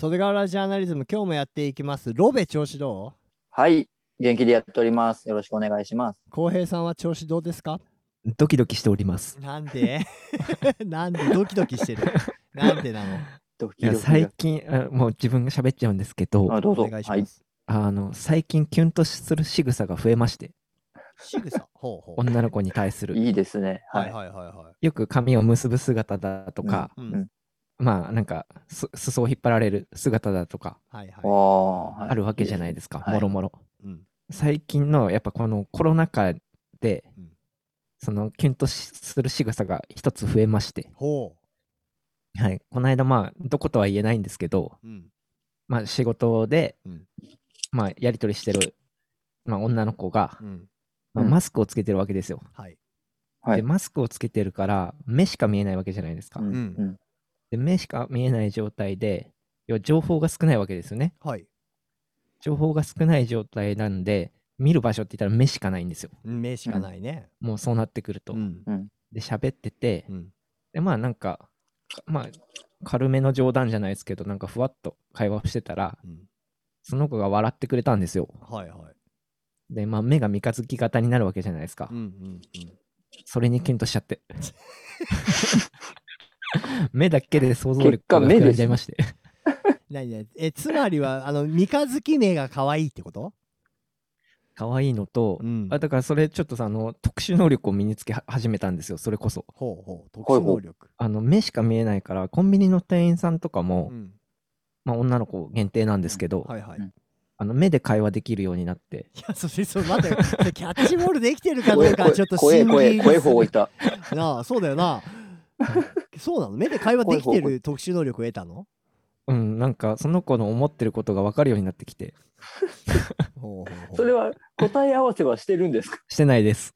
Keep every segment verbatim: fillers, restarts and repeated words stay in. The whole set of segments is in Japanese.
袖ヶ浦ジャーナリズム、今日もやっていきます。ロベ調子どう？ はい、元気でやっております。よろしくお願いします。 浩平さんは調子どうですか？ ドキドキしております。 なんでなんでドキドキしてる？なんでなの？ ドキいやドキが最近あもう自分が喋っちゃうんですけど、 あ、どうぞ。 お願いしはい。 ます。 あの最近キュンとする仕草が増えまして、 仕草ほうほう。 女の子に対するいいですね。 ははいい。 はいはいはよく髪を結ぶ姿だとか、 い。ううんん。 まあなんかす裾を引っ張られる姿だとかはいはい。 ああ、はい。 あるわけじゃないですか、 はいもろもろ。 うん最近のやっぱこのコロナ禍で、 うんそのキュンとしする仕草が一つ増えまして、 ほはい、この間まあどことは言えないんですけど、 う。うんまあ仕事で、 うんまあやり取りしてる、まあ、女の子が、 うんまあ、 うんマスクをつけてるわけですよ。 はい。 はいでマスクをつけてるから目しか見えないわけじゃないですか。 うんうんうんで目しか見えない状態で、要は情報が少ないわけですよね。 はい。 情報が少ない状態なんで、見る場所って言ったら目しかないんですよ。 目しかないね。 もうそうなってくると。 うんうんで喋ってて、 うんでまあなんかまあ軽めの冗談じゃないですけど、なんかふわっと会話をしてたら、 うんその子が笑ってくれたんですよ。 はいはい。 でまあ目が三日月型になるわけじゃないですか。 うんうんそれにキュンとしちゃって目だけで想像力結果が膨らん目ですじゃいまして何々えつまりはあの三日月目が可愛いってこと？ 可愛いのと、 うんあだからそれちょっとさ、あの特殊能力を身につけは始めたんですよ。それこそほうほう。特殊能力。 あの目しか見えないから、コンビニの店員さんとかも、 うんまあ、女の子限定なんですけど、 はいはい。 うんあの目で会話できるようになって、 いや、それ、それ、待ってよ、それキャッチボールできてるかどうか、ちょっと声審議声声法置いた。 た。 なあ、そうだよな。そうなの？目で会話できてる特殊能力を得たの？ うん、なんかその子の思ってることが分かるようになってきて。 ほうほうほう。 それは答え合わせはしてるんですか？ してないです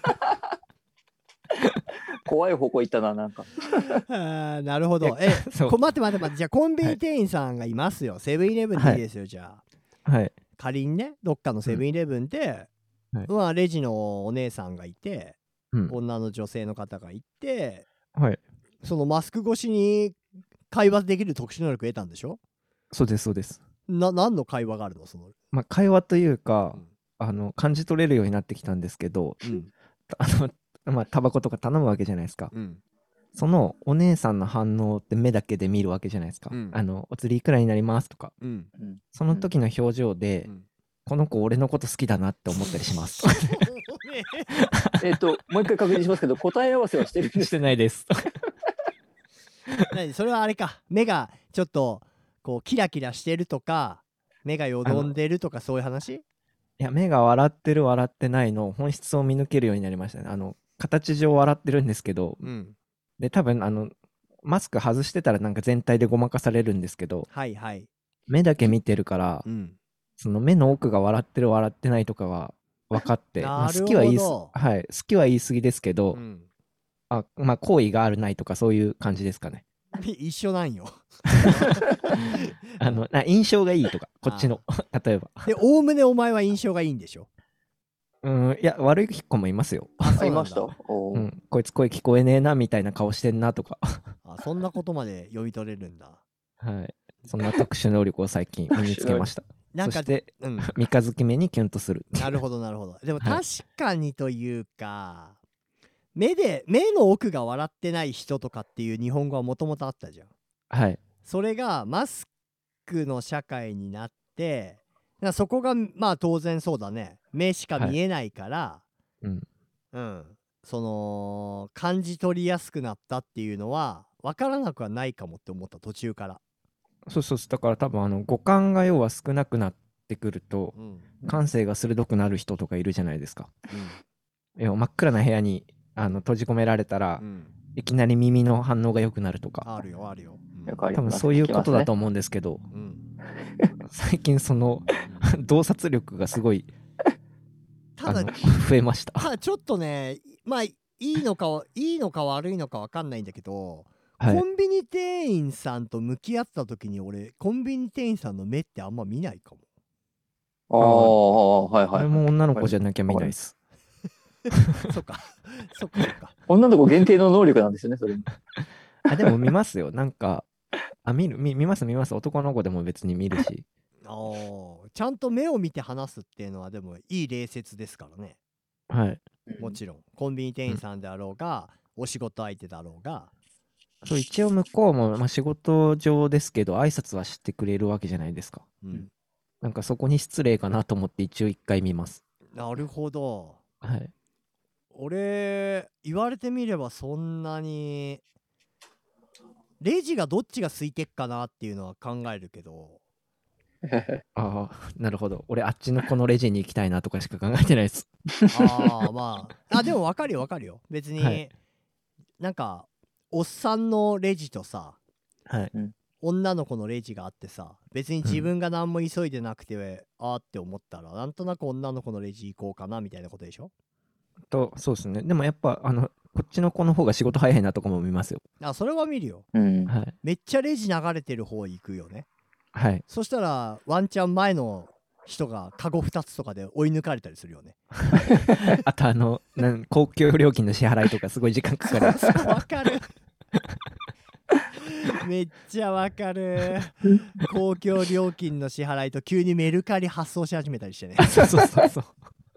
怖い方向行ったな、なんか。 あーなるほど。え、 そうこ待って待って待って、じゃあコンビニ店員さんがいますよ。セブンイレブンでいいですよ、じゃあ。 はい仮にね、どっかのセブンイレブンで、 はいまあ、レジのお姉さんがいて、 うん女の女性の方がいて、 はいそのマスク越しに会話できる特殊能力を得たんでしょ？ そうですそうです。 な、何の会話があるの？その。 まあ会話というか、 うんあの感じ取れるようになってきたんですけど、 うんあのまあタバコとか頼むわけじゃないですか。 うんそのお姉さんの反応って目だけで見るわけじゃないですか。 うんあのお釣りいくらになりますとか、 うんうんその時の表情で、 うんこの子俺のこと好きだなって思ったりしますえっと、もう一回確認しますけど、答え合わせはしてるんでしす。 てないです何それはあれか、目がちょっとこうキラキラしてるとか、目がよどんでるとか、そういう話？ いや目が笑ってる笑ってないの本質を見抜けるようになりましたね。あの形上笑ってるんですけど、 うんで多分あのマスク外してたらなんか全体でごまかされるんですけど、 はいはい。 目だけ見てるから、 うんその目の奥が笑ってる笑ってないとかが分かってまあ、 なるほど好きは言いす、はい、好きは言い過ぎですけど、 うんあまあ好意があるないとかそういう感じですかね。 一緒なんよ。 あのな印象がいいとかこっちの例えばで、おおむねお前は印象がいいんでしょ？ うんいや悪い子もいますよ。 あ、そうなんだあいました。おーうん、こいつ声聞こえねえなみたいな顔してんなとかあ、そんなことまで読み取れるんだ。 はいそんな特殊能力を最近身につけましたなんかそしてうん三日月目にキュンとするなるほどなるほど。でもはい確かにというか、目で目の奥が笑ってない人とかっていう日本語はもともとあったじゃん。 はいそれがマスクの社会になって、だからそこがまあ当然そうだね。目しか見えないから、 うんうん、その感じ取りやすくなったっていうのは分からなくはないかもって思った途中から。 そうそうそうだから多分あの五感が要は少なくなってくるとうん感性が鋭くなる人とかいるじゃないですか。 うん要は真っ暗な部屋にあの閉じ込められたら、 うんいきなり耳の反応が良くなるとか、 あるよあるよ。うんよくあります多分そういうことだと聞き思うんですけど、 うん最近その洞察力がすごいただあの増えました。 ただちょっとね、まあいいのかいいのか悪いのか分かんないんだけど、 はいコンビニ店員さんと向き合った時に俺コンビニ店員さんの目ってあんま見ないかも。 ますね。ああ、はいはい。 これも女の子じゃなきゃ見ないです。 そっかそっかそっか。 女の子限定の能力なんですよね、それも。 あでも見ますよ。なんかあ、見る、見、見ます見ます。男の子でも別に見るし。 あーちゃんと目を見て話すっていうのはでもいい礼節ですからね。 はい。 もちろんコンビニ店員さんであろうが、お仕事相手だろうが。 そう一応向こうも、まあ、仕事上ですけど挨拶はしてくれるわけじゃないですか。 うんなんかそこに失礼かなと思って一応一回見ます。 なるほど。 はい。 俺言われてみればそんなにレジがどっちが空いてっかなっていうのは考えるけどああ、なるほど。俺あっちのこのレジに行きたいなとかしか考えてないです。 ああまああでも分かるよ分かるよ別に、 はい。 なんかおっさんのレジとさはい。 女の子のレジがあってさ別に自うん。 分が何も急いでなくて、あーって思ったらなんとなく女の子のレジ行こうかなみたいなことでしょ。 と、そうですね。でもやっぱ、あの、こっちの子の方が仕事早いなとかも見ますよ。 あそれは見るよ。 うん。 はい。 めっちゃレジ流れてる方行くよね。 はい。 そしたらワンチャン前の人がカゴふたつとかで追い抜かれたりするよね。 あとあの、なん公共料金の支払いとかすごい時間かかるやつ。 わかるめっちゃわかる。公共料金の支払いと急にメルカリ発送し始めたりしてね。 あそうそうそうそう。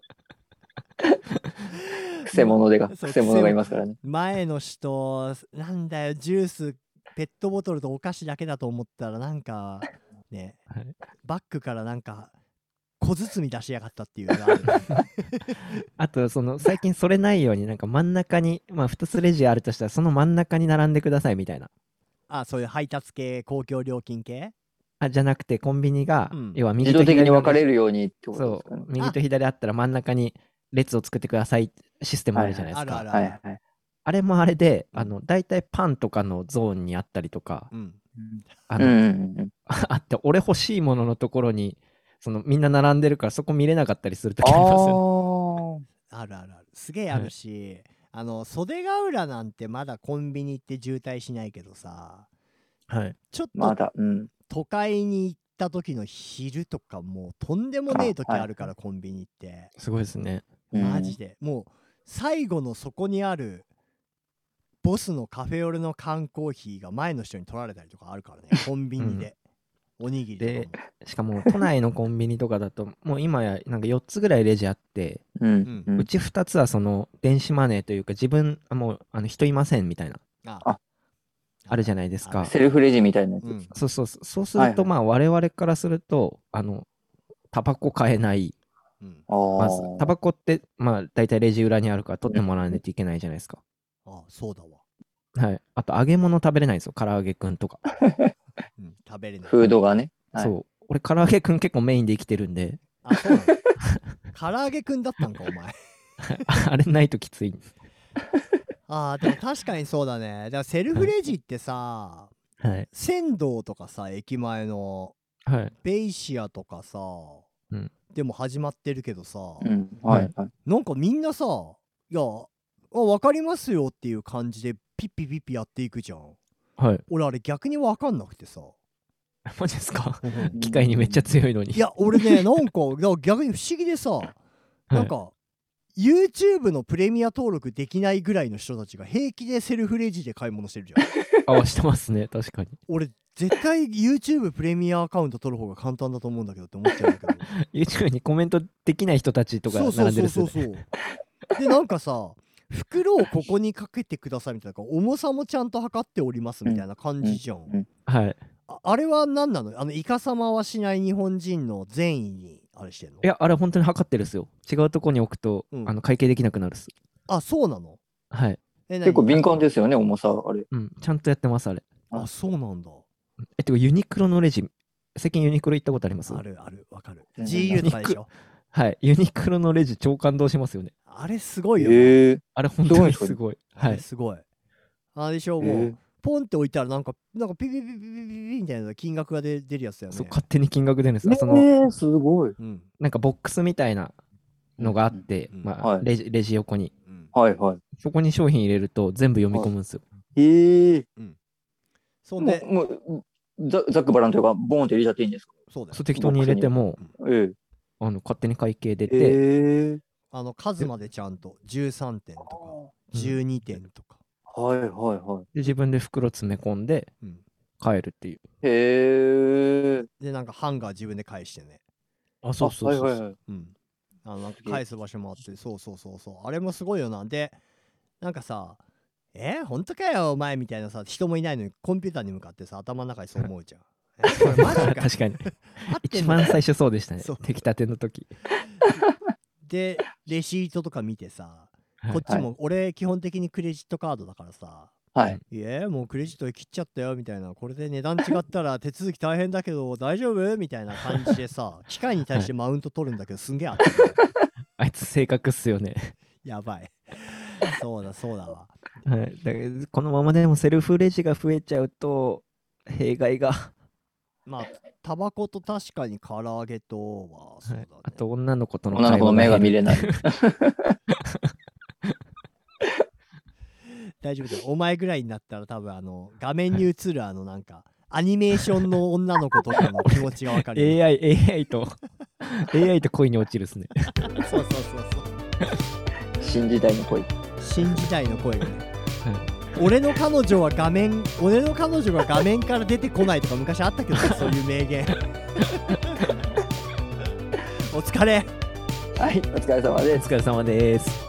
くせ者でが、 そうくせ者がいますからね。 前の人なんだよジュースペットボトルとお菓子だけだと思ったらなんかねはいバッグからなんか小包出しやがったっていうのがあるねあと、その、最近それないように、なんか真ん中に、まあふたつレジあるとしたら、その真ん中に並んでくださいみたいな。 あそういう配達系公共料金系。 あ、じゃなくて、コンビニが、 うん要は自動的に右と左の分かれるようにってことそう、 ですかね。 右と左あったら真ん中に列を作ってくださいシステムあるじゃないですか。 あるあるはいはい。 あれもあれで、 うんあの、大体パンとかのゾーンにあったりとか、 うんあの、 うんうんうん。 あって、俺欲しいもののところに、そのみんな並んでるからそこ見れなかったりするときありますよね。 ああるあるあるすげえあるし、あの袖ヶ浦なんてまだコンビニ行って渋滞しないけどさはい。 ちょっあ、まとだ。うん。 都会に行った時の昼とかもうとんでもねえ時あはいあるからコンビニってすごいですね。 マジでもう最後のそこにあるボスのカフェオレの缶コーヒーが前の人に取られたりとかあるからねコンビニで、おにぎりとでかも、 しかも都内のコンビニとかだと、もう今やなんかよっつぐらいレジあって、 ううんん。 うちふたつはその電子マネーというか自分、あもうあの人いませんみたいな、 あああるじゃないですか。 セルフレジみたいなやつ。 うんそうそうそう。そうすると、 はいまあ我々からすると、あの、タバコ買えない。 うんまず、タバコ。 コって、まあ大体レジ裏にあるから取ってもらわないといけないじゃないですか。 あそうだわ、 はい。あと揚げ物食べれないんですよ。唐揚げくんとか。 うん、食べれないフードがね。はいそう。俺、唐揚げくん結構メインで生きてるんで、 あそうなの唐揚げくんだったんかお前あれないときつい。 あーでも確かにそうだねだからセルフレジってさはい。 仙道とかさ駅前のはい。 ベイシアとかさ、 うんでも始まってるけどさ、 うん。はいはい。 なんかみんなさいやあ分かりますよっていう感じでピッピピッピやっていくじゃん。 はい。 俺あれ逆に分かんなくてさマジですか機械にめっちゃ強いのに。 いや俺ねなんかだから逆に不思議でさ、 はいなんか YouTube のプレミア登録できないぐらいの人たちが平気でセルフレジで買い物してるじゃんあ、してますね。確かに。 俺絶対 YouTube プレミアアカウント取る方が簡単だと思うんだけどって思っちゃうんだけど YouTube にコメントできない人たちとかそうそう並んでるんですよね。 そうそうそうでなんかさ袋をここにかけてくださいみたいな重さもちゃんと測っておりますみたいな感じじゃん、 うんはい。 あ, あれは何なのあのイカサマはしない日本人の善意にあれしてんのいや、あれ本当に測ってるっすよ。違うとこに置くと、 うんあの会計できなくなるっす。 あそうなのはい。 え何結構敏感ですよね、重さ、あれ。 うん。ちゃんとやってます、あれ。 あそうなんだえ、てかユニクロのレジ、最近ユニクロ行ったことありますあるあるわかるうんジーユー とかでしょはい。ユニクロのレジ超感動しますよね。 あれすごいよね、 ええ。 あれ本当にすごい。 あはい。 れすごいあれでしょもう、 えポンって置いたらなんかなんかピピピピピピピみたいな金額が出るやつだよねそう、勝手に金額出るんです。 えあその、 え、すごい。 うんなんかボックスみたいなのがあって、 うんうんまあ、 はいレジ、レジ横に。 うんはいはい。 そこに商品入れると全部読み込むんですよ。 ええ。もそんでう、もうざざっくばらんというか、ボーンって入れちゃっていいんですか？ そうだよそう適当に入れても、 えあの勝手に会計出え。 て、 ええ。 あの数までちゃんとじゅうさんてんとかじゅうにてんとか、 はいはいはい。 で自分で袋詰め込んでうん帰るっていう。 へえ。 でなんかハンガー自分で返してね。 あ、そうそうそうそう。 はいはいはい。 うん。あのなんか返す場所もあって、そうそうそうそう。あれもすごいよな。で、なんかさ、えー、本当かよお前みたいなさ、人もいないのにコンピューターに向かってさ、頭の中にそう思うじゃん。えこれマジか。 確かに。 合って一んの番最初そうでしたねそう。 出来たての時。 で、レシートとか見てさ、 はいこっちも、俺基本的にクレジットカードだからさ、 はい。 いやもうクレジットで切っちゃったよみたいな、これで値段違ったら手続き大変だけど大丈夫みたいな感じでさ、機械に対してマウント取るんだけど、すんげえ熱い。 あいつ性格っすよね。 やばい。そうだそうだわ。 はい。だけどこのままでもセルフレジが増えちゃうと、弊害が。 まあ、タバコと確かに唐揚げとは、そうだね。 あと女の子との女の子の目が見れない。 大丈夫だよ。お前ぐらいになったら多分あの画面に映るあのなんかアニメーションの女の子とかの気持ちがわかるよ。 エーアイ、エーアイ と、エーアイ と恋に落ちるっすね。 そうそうそうそう。 新時代の恋。 新時代の声がね。俺の彼女は画面、俺の彼女が画面から出てこないとか昔あったけどね、そういう名言。お疲れ。 はい、お疲れ様です。 お疲れ様です。